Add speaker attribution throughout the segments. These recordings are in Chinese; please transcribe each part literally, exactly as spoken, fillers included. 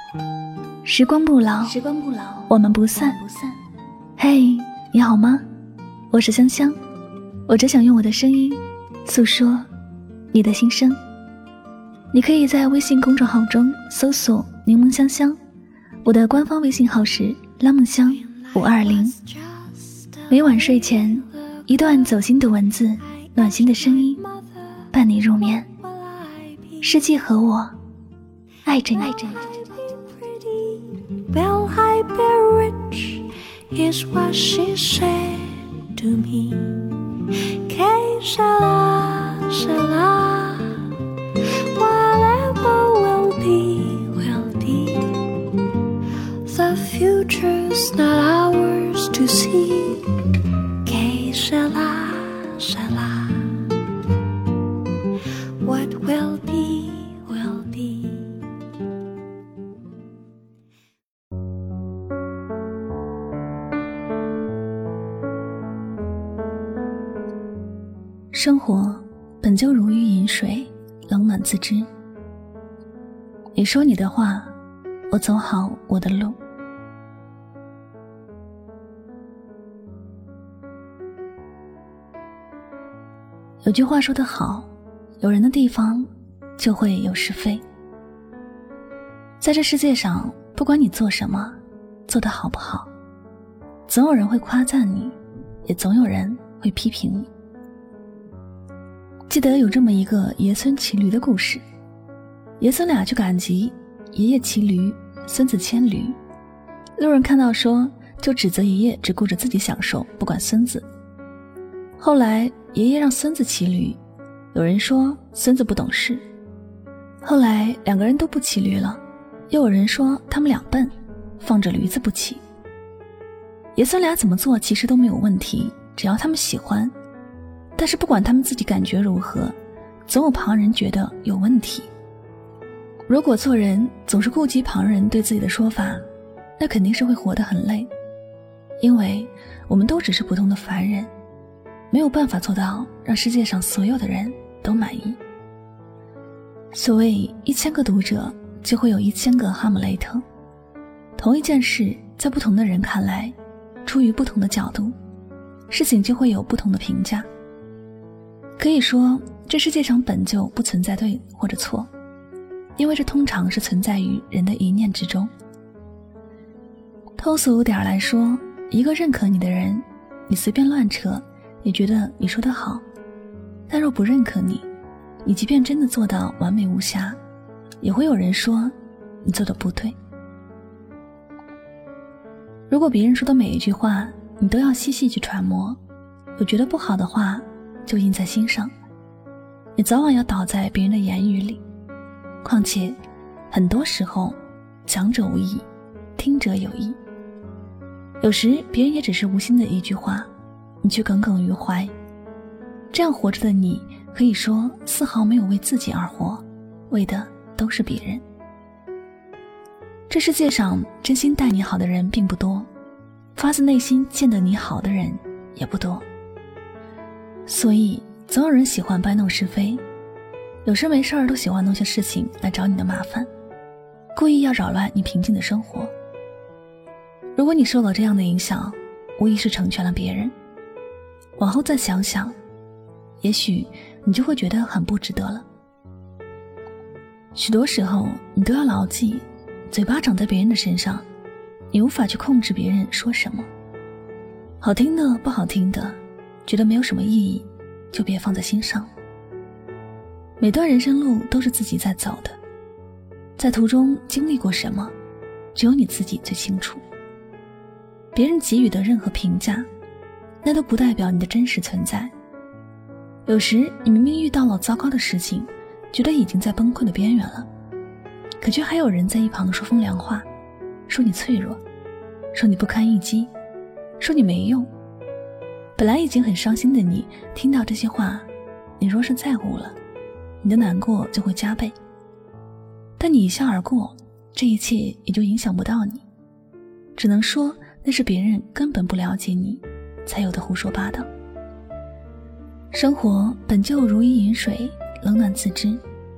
Speaker 1: 时光不老，
Speaker 2: 时光不老，
Speaker 1: 我们不散。嘿、hey, 你好吗？我是香香，我只想用我的声音诉说你的心声。你可以在微信公众号中搜索柠檬香香，我的官方微信号是拉梦香五二零。每晚睡前一段走心的文字，暖心的声音，伴你入眠。世界和我爱着你。
Speaker 3: Will I be rich is what she said to me. Que sera, sera. Whatever will be, will be. The future's not ours to see. Que sera, sera. What will be, will be.
Speaker 1: 生活本就如鱼饮水，冷暖自知。你说你的话，我走好我的路。有句话说得好，有人的地方就会有是非。在这世界上，不管你做什么，做得好不好，总有人会夸赞你，也总有人会批评你。记得有这么一个爷孙骑驴的故事，爷孙俩去赶集，爷爷骑驴，孙子牵驴。路人看到说，就指责爷爷只顾着自己享受，不管孙子。后来爷爷让孙子骑驴，有人说孙子不懂事。后来两个人都不骑驴了，又有人说他们俩笨，放着驴子不骑。爷孙俩怎么做其实都没有问题，只要他们喜欢。但是不管他们自己感觉如何，总有旁人觉得有问题。如果做人总是顾及旁人对自己的说法，那肯定是会活得很累。因为我们都只是普通的凡人，没有办法做到让世界上所有的人都满意。所谓一千个读者，就会有一千个哈姆雷特。同一件事，在不同的人看来，出于不同的角度，事情就会有不同的评价。可以说，这世界上本就不存在对或者错，因为这通常是存在于人的一念之中。通俗点来说，一个认可你的人，你随便乱扯，也觉得你说得好；但若不认可你，你即便真的做到完美无瑕，也会有人说你做得不对。如果别人说的每一句话，你都要细细去揣摩，有觉得不好的话，就印在心上，你早晚要倒在别人的言语里。况且很多时候，讲者无意，听者有意。有时别人也只是无心的一句话，你却耿耿于怀。这样活着的你，可以说丝毫没有为自己而活，为的都是别人。这世界上真心待你好的人并不多，发自内心见得你好的人也不多。所以总有人喜欢搬弄是非，有事没事都喜欢弄些事情来找你的麻烦，故意要扰乱你平静的生活。如果你受了这样的影响，无疑是成全了别人。往后再想想，也许你就会觉得很不值得了。许多时候你都要牢记，嘴巴长在别人的身上，你无法去控制别人说什么，好听的不好听的，觉得没有什么意义，就别放在心上。每段人生路都是自己在走的，在途中经历过什么，只有你自己最清楚。别人给予的任何评价，那都不代表你的真实存在。有时你明明遇到了糟糕的事情，觉得已经在崩溃的边缘了，可却还有人在一旁说风凉话，说你脆弱，说你不堪一击，说你没用。本来已经很伤心的你，听到这些话，你若是在乎了，你的难过就会加倍。但你一笑而过，这一切也就影响不到你，只能说那是别人根本不了解你才有的胡说八道。生活本就如鱼饮水，冷暖自知。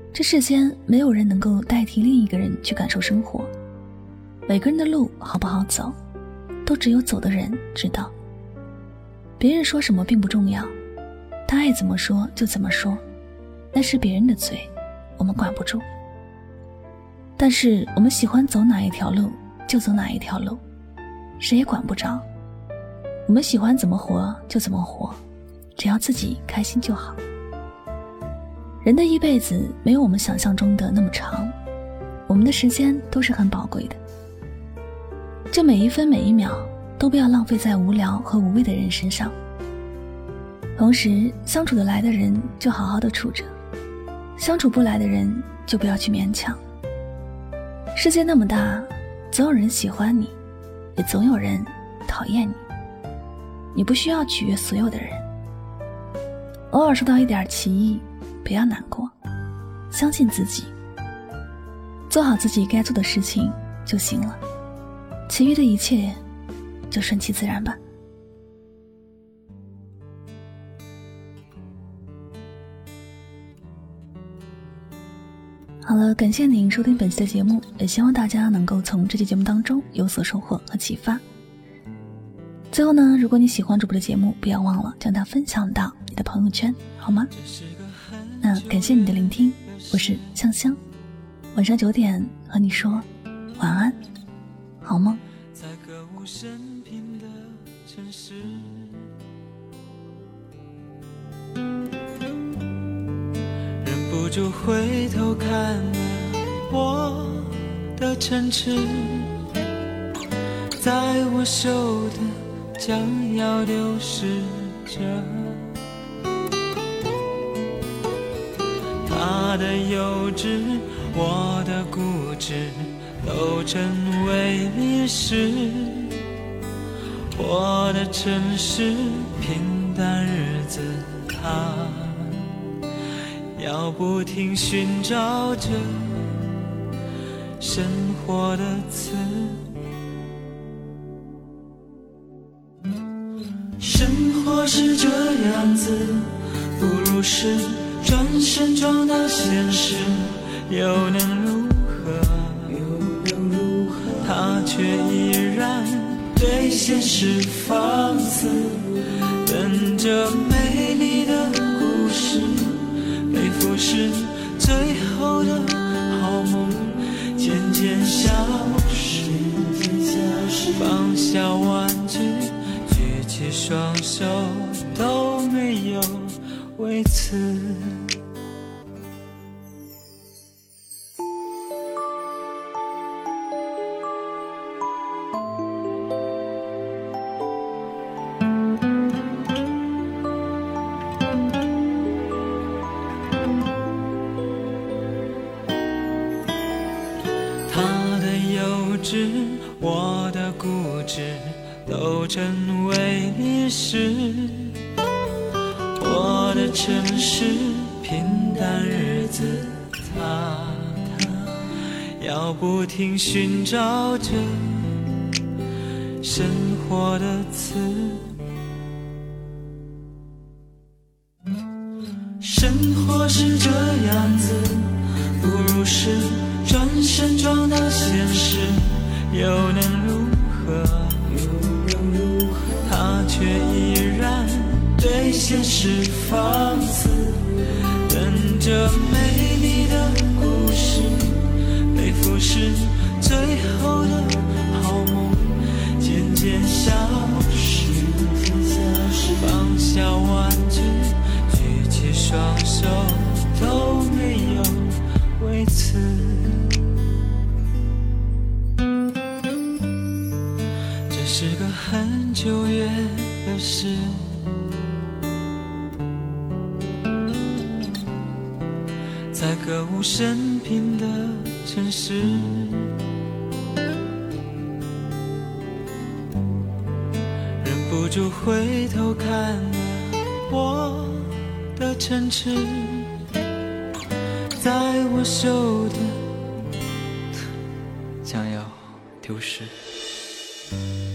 Speaker 1: 这世间没有人能够代替另一个人去感受生活，每个人的路好不好走，都只有走的人知道。别人说什么并不重要，他爱怎么说就怎么说，那是别人的嘴，我们管不住。但是我们喜欢走哪一条路就走哪一条路，谁也管不着。我们喜欢怎么活就怎么活，只要自己开心就好。人的一辈子没有我们想象中的那么长，我们的时间都是很宝贵的，这每一分每一秒都不要浪费在无聊和无谓的人身上。同时相处得来的人就好好的处着，相处不来的人就不要去勉强。世界那么大，总有人喜欢你，也总有人讨厌你，你不需要取悦所有的人。偶尔受到一点歧义，不要难过，相信自己，做好自己该做的事情就行了，其余的一切就顺其自然吧。好了，感谢您收听本期的节目，也希望大家能够从这期节目当中有所收获和启发。最后呢，如果你喜欢主播的节目，不要忘了将它分享到你的朋友圈，好吗？那感谢你的聆听，我是香香，晚上九点和你说晚安，好梦。在歌舞升平的城市，忍不住回头看了我的城池，在我手的将要流逝着，他的幼稚，我的固执，都成为历史。我的城市，平淡日子，他要不停寻找着生活的词。生活是这样子，不如是转身撞到现实，又能如何？他却依然对现实放肆，等着美丽的故事被腐蚀，最后的好梦渐渐消失。放下玩具，举起双手，都没有为此。我的固执都成为历史，我的城市平淡日子，它要不停寻找着生活的词。生活是这样子，不如是转身撞到现实，又能如何？他却依然对现实放肆，等着美丽的故事被腐蚀，最后的好梦渐渐消失。放下玩具，举起双手，都没有为此。是个很久远的事，在歌舞升平的城市，忍不住回头看了我的城池，在我手的将要丢失。